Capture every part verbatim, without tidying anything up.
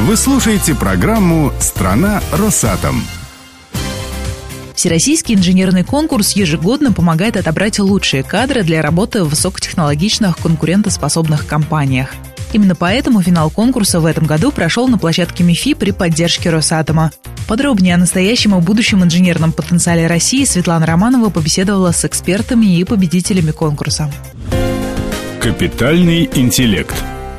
Вы слушаете программу «Страна Росатом». Всероссийский инженерный конкурс ежегодно помогает отобрать лучшие кадры для работы в высокотехнологичных конкурентоспособных компаниях. Именно поэтому финал конкурса в этом году прошел на площадке МИФИ при поддержке Росатома. Подробнее о настоящем и будущем инженерном потенциале России Светлана Романова побеседовала с экспертами и победителями конкурса. Капитальный интеллект.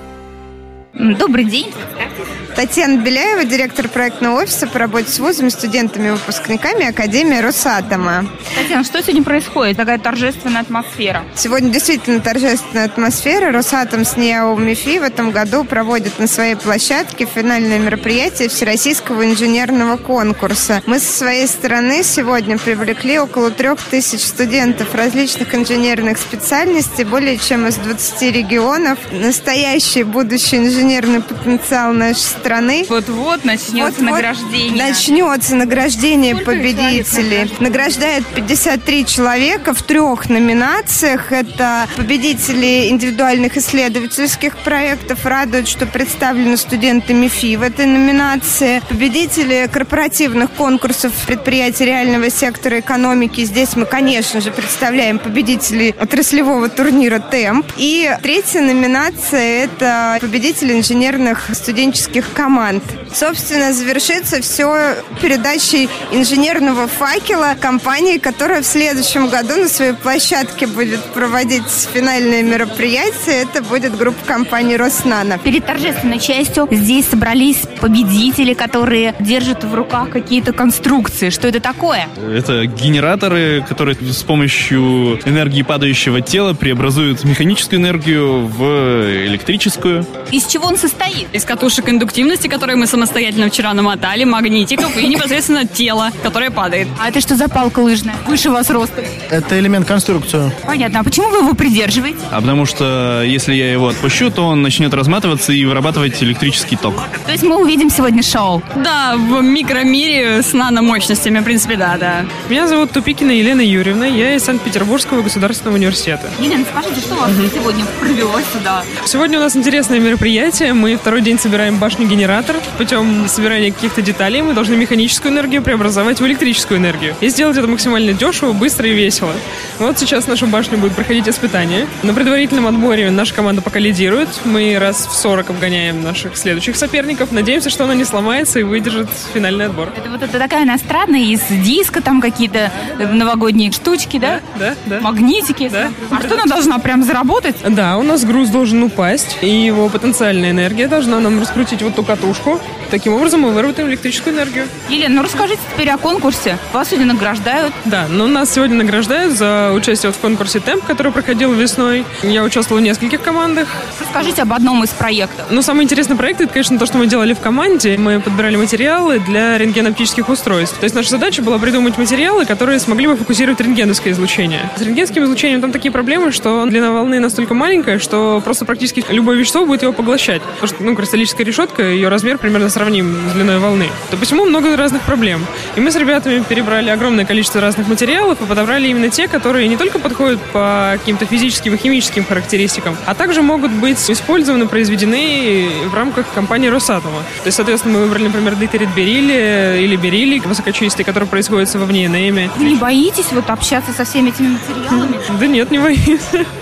Добрый день. Татьяна Беляева, директор проектного офиса по работе с вузами, студентами и выпускниками Академии Росатома. Татьяна, что сегодня происходит? Такая торжественная атмосфера. Сегодня действительно торжественная атмосфера. Росатом с НИАО МИФИ в этом году проводит на своей площадке финальное мероприятие Всероссийского инженерного конкурса. Мы со своей стороны сегодня привлекли около трех тысяч студентов различных инженерных специальностей, более чем из двадцати регионов. Настоящий будущий инженерный потенциал нашей страны. страны. Вот-вот начнется вот-вот награждение. Начнется награждение Сколько победителей. Награждает пятьдесят три человека в трех номинациях. Это победители индивидуальных исследовательских проектов. Радует, что представлены студенты МИФИ в этой номинации. Победители корпоративных конкурсов предприятий реального сектора экономики. Здесь мы, конечно же, представляем победителей отраслевого турнира «Темп». И третья номинация – это победители инженерных студенческих команд. Собственно, завершится все передачей инженерного факела компании, которая в следующем году на своей площадке будет проводить финальное мероприятие. Это будет группа компаний «Роснано». Перед торжественной частью здесь собрались победители, которые держат в руках какие-то конструкции. Что это такое? Это генераторы, которые с помощью энергии падающего тела преобразуют механическую энергию в электрическую. Из чего он состоит? Из катушек индуктивности, которые мы самостоятельно вчера намотали, магнитиков и непосредственно тело, которое падает. А это что за палка лыжная? Выше вас ростом. Это элемент конструкции. Понятно. А почему вы его придерживаете? А потому что если я его отпущу, то он начнет разматываться и вырабатывать электрический ток. То есть мы увидим сегодня шоу? Да, в микромире с наномощностями, в принципе, да, да. Меня зовут Тупикина Елена Юрьевна, я из Санкт-Петербургского государственного университета. Елена, скажите, что вас угу. сегодня привело сюда? Сегодня у нас интересное мероприятие. Мы второй день собираем башню-генератор. Путем собирания каких-то деталей мы должны механическую энергию преобразовать в электрическую энергию. И сделать это максимально дешево, быстро и весело. Вот сейчас наша башня будет проходить испытания. На предварительном отборе наша команда пока лидирует. Мы раз в сорок обгоняем наших следующих соперников. Надеемся, что она не сломается и выдержит финальный отбор. Это вот это такая иностранная, из диска там какие-то новогодние штучки, да? Да, да. да. Магнитики. Да. А что она должна прям заработать? Да, у нас груз должен упасть, и его потенциальная энергия должна нам раскрутить вот ту катушку. Таким образом мы выработаем электрическую энергию. Елена, ну расскажите теперь о конкурсе. Вас сегодня награждают. Да, но нас сегодня награждают за участие вот в конкурсе «Темп», который проходил весной. Я участвовала в нескольких командах. Расскажите об одном из проектов. Ну, самый интересный проект, это, конечно, то, что мы делали в команде. Мы подбирали материалы для рентгеноптических устройств. То есть наша задача была придумать материалы, которые смогли бы фокусировать рентгеновское излучение. С рентгенским излучением там такие проблемы, что длина волны настолько маленькая, что просто практически любое вещество будет его поглощать. Потому что, ну, кристаллическая решетка, ее размер примерно сравним с длиной волны. То посему много разных проблем. И мы с ребятами перебрали огромное количество разных материалов и подобрали именно те, которые не только подходят по каким-то физическим и химическим характеристикам, а также могут быть использованы, произведены в рамках компании Росатома. То есть, соответственно, мы выбрали, например, дейтерит бериллия или бериллий высокочистый, который происходит в вовне-энеме. Вы не боитесь вот общаться со всеми этими материалами? Да нет, не боюсь.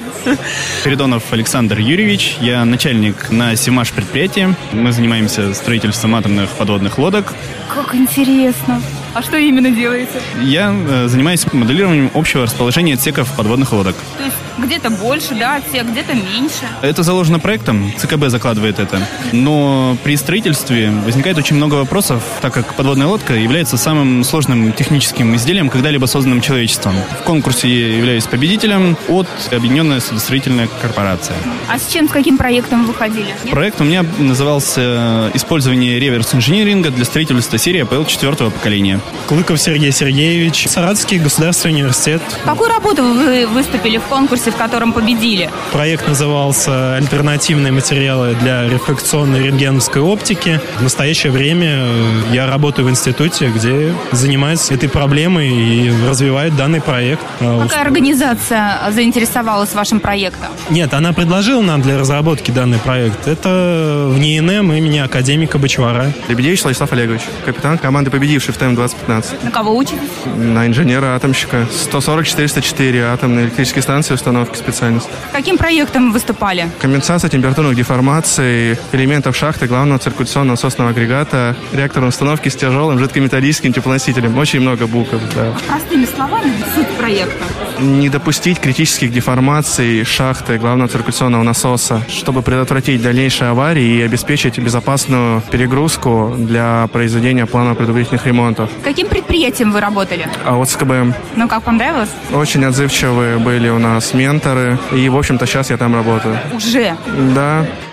Передонов Александр Юрьевич, я начальник на Симаш предприятии. Мы занимаемся строительством атомных подводных лодок. Как интересно. А что именно делаете? Я э, занимаюсь моделированием общего расположения отсеков подводных лодок. То есть где-то больше, да, отсек, где-то меньше? Это заложено проектом, ЦКБ закладывает это. Но при строительстве возникает очень много вопросов, так как подводная лодка является самым сложным техническим изделием, когда-либо созданным человечеством. В конкурсе я являюсь победителем от Объединенная судостроительная корпорация. А с чем, с каким проектом вы выходили? Проект у меня назывался «Использование реверс-инжиниринга для строительства серии АПЛ четвертого поколения». Клыков Сергей Сергеевич, Саратовский государственный университет. Какую работу вы выступили в конкурсе, в котором победили? Проект назывался «Альтернативные материалы для рефракционной рентгеновской оптики». В настоящее время я работаю в институте, где занимаюсь этой проблемой и развивает данный проект. Какая организация заинтересовалась вашим проектом? Нет, она предложила нам для разработки данный проект. Это в НИИНМ имени академика Бочвара. Лебедевич Владислав Олегович, капитан команды, победивший в ТЭМ двадцать пятнадцать. На кого учитесь? На инженера-атомщика. сто сорок четыреста четыре атомные электрические станции, установки, специальность. Каким проектом выступали? Компенсация температурных деформаций элементов шахты главного циркуляционного насосного агрегата реакторной установки с тяжелым жидкометаллическим теплоносителем. Очень много букв, да. Простыми словами, суть проекта. Не допустить критических деформаций шахты главного циркуляционного насоса, чтобы предотвратить дальнейшие аварии и обеспечить безопасную перегрузку для произведения плана предварительных ремонтов. Каким предприятием вы работали? А вот с КБМ. Ну, как понравилось? Очень отзывчивые были у нас менторы, и, в общем-то, сейчас я там работаю. Уже? Да,